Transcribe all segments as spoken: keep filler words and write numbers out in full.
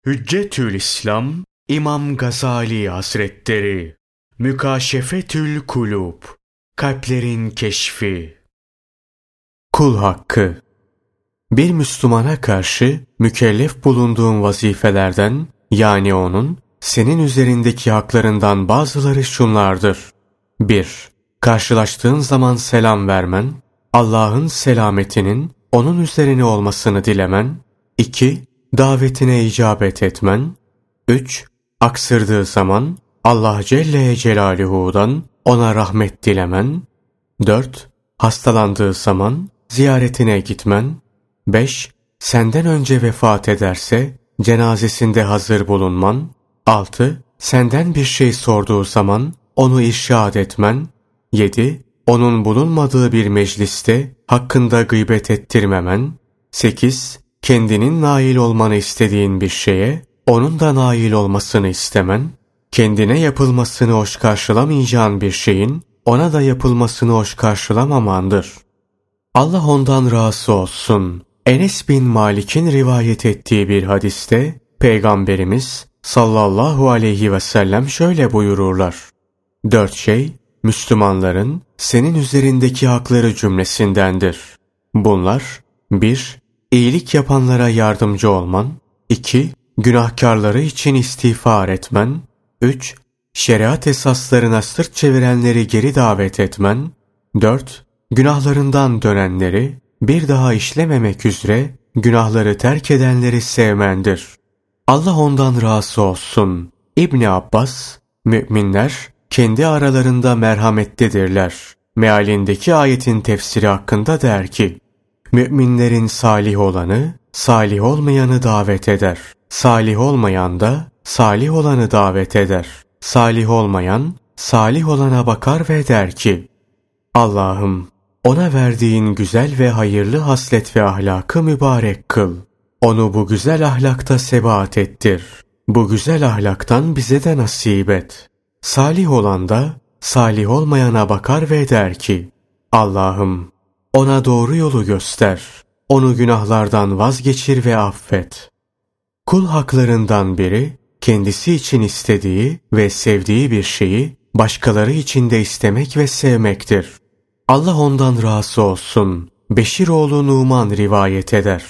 Hüccetül İslam İmam Gazali Hazretleri. Mükaşefetül Kulub, Kalplerin Keşfi. Kul hakkı. Bir Müslümana karşı mükellef bulunduğun vazifelerden, yani onun senin üzerindeki haklarından bazıları şunlardır. bir Karşılaştığın zaman selam vermen, Allah'ın selametinin onun üzerine olmasını dilemen. iki Davetine icabet etmen. üç Aksırdığı zaman Allah Celle Celaluhu'dan ona rahmet dilemen. dört Hastalandığı zaman ziyaretine gitmen. beş Senden önce vefat ederse cenazesinde hazır bulunman. altı Senden bir şey sorduğu zaman onu irşad etmen. yedi Onun bulunmadığı bir mecliste hakkında gıybet ettirmemen. sekiz Kendinin nail olmanı istediğin bir şeye onun da nail olmasını istemen. Kendine yapılmasını hoş karşılamayacağın bir şeyin ona da yapılmasını hoş karşılamamandır. Allah ondan razı olsun. Enes bin Malik'in rivayet ettiği bir hadiste Peygamberimiz sallallahu aleyhi ve sellem şöyle buyururlar. Dört şey Müslümanların senin üzerindeki hakları cümlesindendir. Bunlar bir İyilik yapanlara yardımcı olman. iki Günahkarları için istiğfar etmen. üç Şeriat esaslarına sırt çevirenleri geri davet etmen. dört Günahlarından dönenleri, bir daha işlememek üzere günahları terk edenleri sevmendir. Allah ondan razı olsun. İbni Abbas, müminler kendi aralarında merhametlidirler mealindeki ayetin tefsiri hakkında der ki, müminlerin salih olanı, salih olmayanı davet eder. Salih olmayan da salih olanı davet eder. Salih olmayan, salih olana bakar ve der ki, Allah'ım, ona verdiğin güzel ve hayırlı haslet ve ahlakı mübarek kıl. Onu bu güzel ahlakta sebat ettir. Bu güzel ahlaktan bize de nasip et. Salih olan da salih olmayana bakar ve der ki, Allah'ım, ona doğru yolu göster. Onu günahlardan vazgeçir ve affet. Kul haklarından biri, kendisi için istediği ve sevdiği bir şeyi başkaları için de istemek ve sevmektir. Allah ondan razı olsun. Beşir oğlu Numan rivayet eder.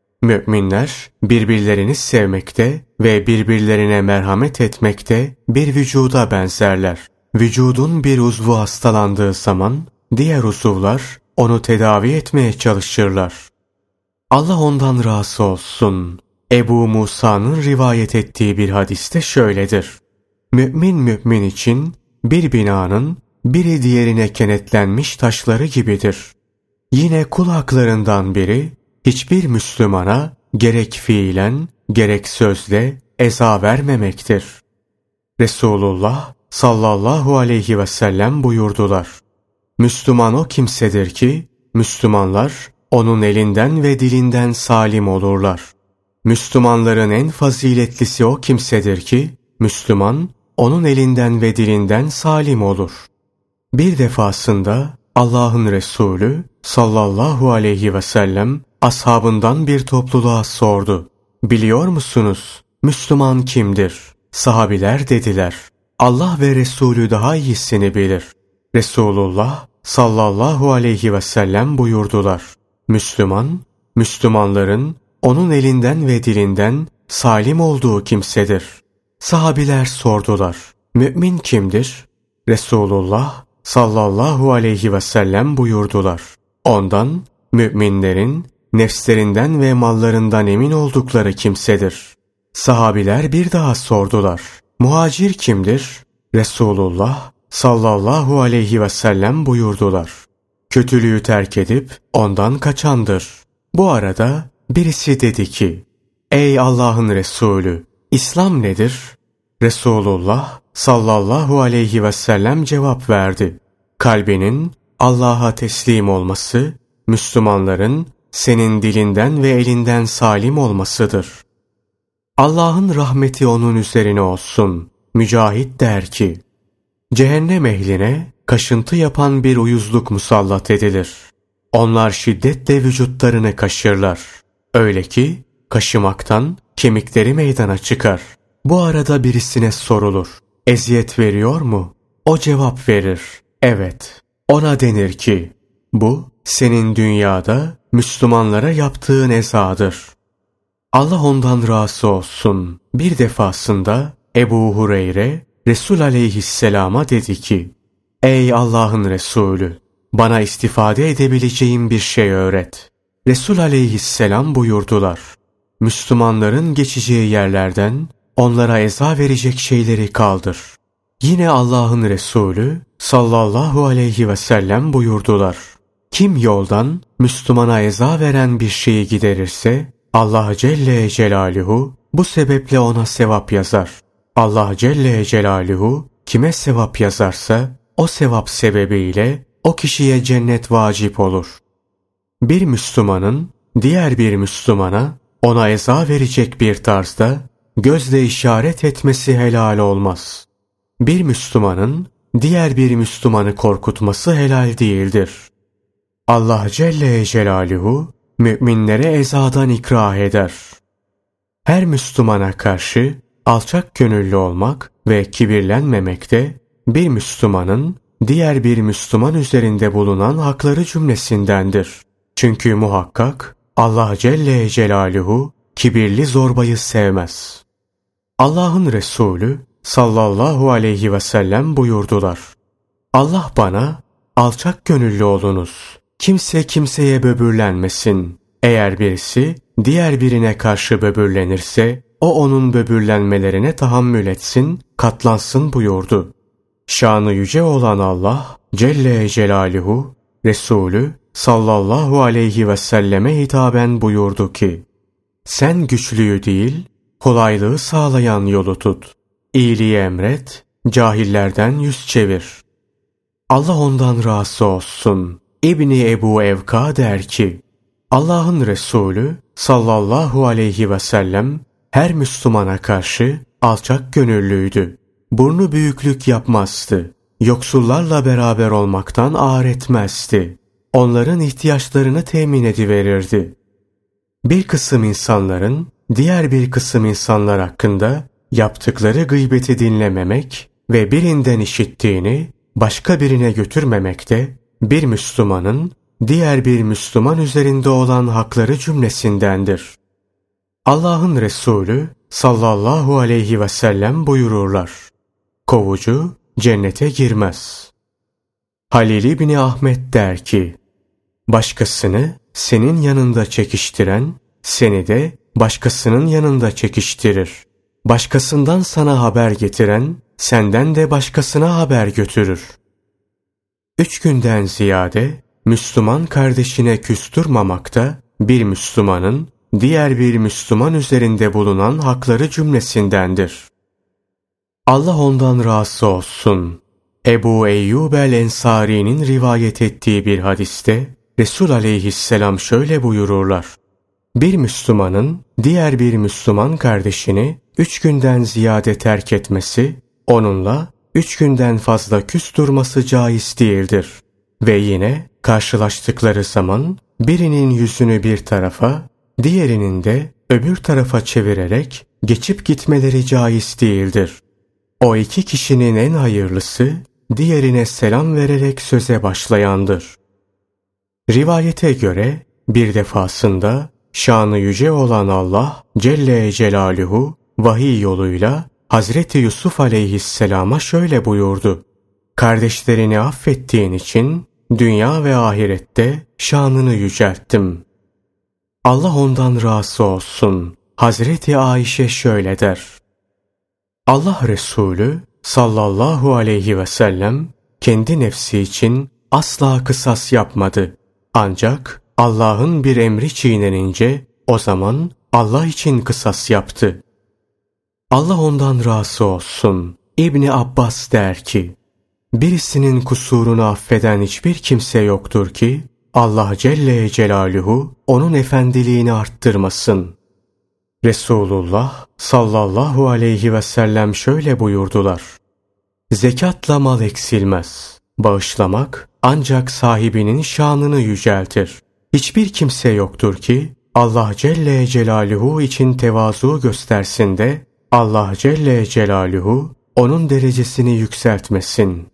Müminler birbirlerini sevmekte ve birbirlerine merhamet etmekte bir vücuda benzerler. Vücudun bir uzvu hastalandığı zaman diğer uzuvlar onu tedavi etmeye çalışırlar. Allah ondan razı olsun. Ebu Musa'nın rivayet ettiği bir hadiste şöyledir. Mümin mümin için bir binanın biri diğerine kenetlenmiş taşları gibidir. Yine kul haklarından biri, hiçbir Müslümana gerek fiilen gerek sözle eza vermemektir. Resulullah sallallahu aleyhi ve sellem buyurdular. Müslüman o kimsedir ki, Müslümanlar onun elinden ve dilinden salim olurlar. Müslümanların en faziletlisi o kimsedir ki, Müslüman onun elinden ve dilinden salim olur. Bir defasında Allah'ın Resulü sallallahu aleyhi ve sellem ashabından bir topluluğa sordu. Biliyor musunuz Müslüman kimdir? Sahabiler dediler. Allah ve Resulü daha iyisini bilir. Resulullah sallallahu aleyhi ve sellem buyurdular. Müslüman, Müslümanların onun elinden ve dilinden salim olduğu kimsedir. Sahabiler sordular. Mümin kimdir? Resulullah sallallahu aleyhi ve sellem buyurdular. Ondan, müminlerin nefslerinden ve mallarından emin oldukları kimsedir. Sahabiler bir daha sordular. Muhacir kimdir? Resulullah sallallahu aleyhi ve sellem buyurdular. Kötülüğü terk edip ondan kaçandır. Bu arada birisi dedi ki, Ey Allah'ın Resulü, İslam nedir? Resulullah sallallahu aleyhi ve sellem cevap verdi. Kalbinin Allah'a teslim olması, Müslümanların senin dilinden ve elinden salim olmasıdır. Allah'ın rahmeti onun üzerine olsun. Mücahit der ki, cehennem ehline kaşıntı yapan bir uyuzluk musallat edilir. Onlar şiddetle vücutlarını kaşırlar. Öyle ki kaşımaktan kemikleri meydana çıkar. Bu arada birisine sorulur. Eziyet veriyor mu? O cevap verir. Evet. Ona denir ki, bu senin dünyada Müslümanlara yaptığın ezadır. Allah ondan razı olsun. Bir defasında Ebu Hureyre Resul aleyhisselama dedi ki, ey Allah'ın Resulü, bana istifade edebileceğim bir şey öğret. Resul aleyhisselam buyurdular, Müslümanların geçeceği yerlerden onlara eza verecek şeyleri kaldır. Yine Allah'ın Resulü sallallahu aleyhi ve sellem buyurdular, kim yoldan Müslümana eza veren bir şeyi giderirse Allah Celle Celaluhu bu sebeple ona sevap yazar. Allah Celle Celaluhu kime sevap yazarsa o sevap sebebiyle o kişiye cennet vacip olur. Bir Müslümanın diğer bir Müslümana ona eza verecek bir tarzda gözle işaret etmesi helal olmaz. Bir Müslümanın diğer bir Müslümanı korkutması helal değildir. Allah Celle Celaluhu müminlere ezadan ikrah eder. Her Müslümana karşı alçak gönüllü olmak ve kibirlenmemek de bir Müslümanın diğer bir Müslüman üzerinde bulunan hakları cümlesindendir. Çünkü muhakkak Allah Celle Celaluhu kibirli zorbayı sevmez. Allah'ın Resulü sallallahu aleyhi ve sellem buyurdular, Allah bana alçak gönüllü olunuz. Kimse kimseye böbürlenmesin. Eğer birisi diğer birine karşı böbürlenirse o onun böbürlenmelerine tahammül etsin, katlansın buyurdu. Şanı yüce olan Allah Celle Celaluhu Resulü sallallahu aleyhi ve selleme hitaben buyurdu ki, sen güçlüyü değil, kolaylığı sağlayan yolu tut. İyiliği emret, cahillerden yüz çevir. Allah ondan razı olsun. İbni Ebu Evka der ki, Allah'ın Resulü sallallahu aleyhi ve sellem her Müslümana karşı alçak gönüllüydü. Burnu büyüklük yapmazdı. Yoksullarla beraber olmaktan âr etmezdi. Onların ihtiyaçlarını temin ediverirdi. Bir kısım insanların diğer bir kısım insanlar hakkında yaptıkları gıybeti dinlememek ve birinden işittiğini başka birine götürmemek de bir Müslümanın diğer bir Müslüman üzerinde olan hakları cümlesindendir. Allah'ın Resulü sallallahu aleyhi ve sellem buyururlar, kovucu cennete girmez. Halil İbni Ahmet der ki, başkasını senin yanında çekiştiren seni de başkasının yanında çekiştirir. Başkasından sana haber getiren senden de başkasına haber götürür. Üç günden ziyade Müslüman kardeşine küstürmamakta bir Müslümanın diğer bir Müslüman üzerinde bulunan hakları cümlesindendir. Allah ondan razı olsun. Ebu Eyyub el-Ensari'nin rivayet ettiği bir hadiste Resul aleyhisselam şöyle buyururlar. Bir Müslümanın diğer bir Müslüman kardeşini üç günden ziyade terk etmesi, onunla üç günden fazla küs durması caiz değildir. Ve yine karşılaştıkları zaman birinin yüzünü bir tarafa, diğerinin de öbür tarafa çevirerek geçip gitmeleri caiz değildir. O iki kişinin en hayırlısı, diğerine selam vererek söze başlayandır. Rivayete göre bir defasında şanı yüce olan Allah Celle Celaluhu vahiy yoluyla Hazreti Yusuf aleyhisselama şöyle buyurdu. Kardeşlerini affettiğin için dünya ve ahirette şanını yücelttim. Allah ondan razı olsun. Hazreti Ayşe şöyle der. Allah Resulü sallallahu aleyhi ve sellem kendi nefsi için asla kısas yapmadı. Ancak Allah'ın bir emri çiğnenince o zaman Allah için kısas yaptı. Allah ondan razı olsun. İbni Abbas der ki, birisinin kusurunu affeden hiçbir kimse yoktur ki Allah Celle Celaluhu onun efendiliğini arttırmasın. Resulullah sallallahu aleyhi ve sellem şöyle buyurdular. Zekatla mal eksilmez. Bağışlamak ancak sahibinin şanını yüceltir. Hiçbir kimse yoktur ki Allah Celle Celaluhu için tevazu göstersin de Allah Celle Celaluhu onun derecesini yükseltmesin.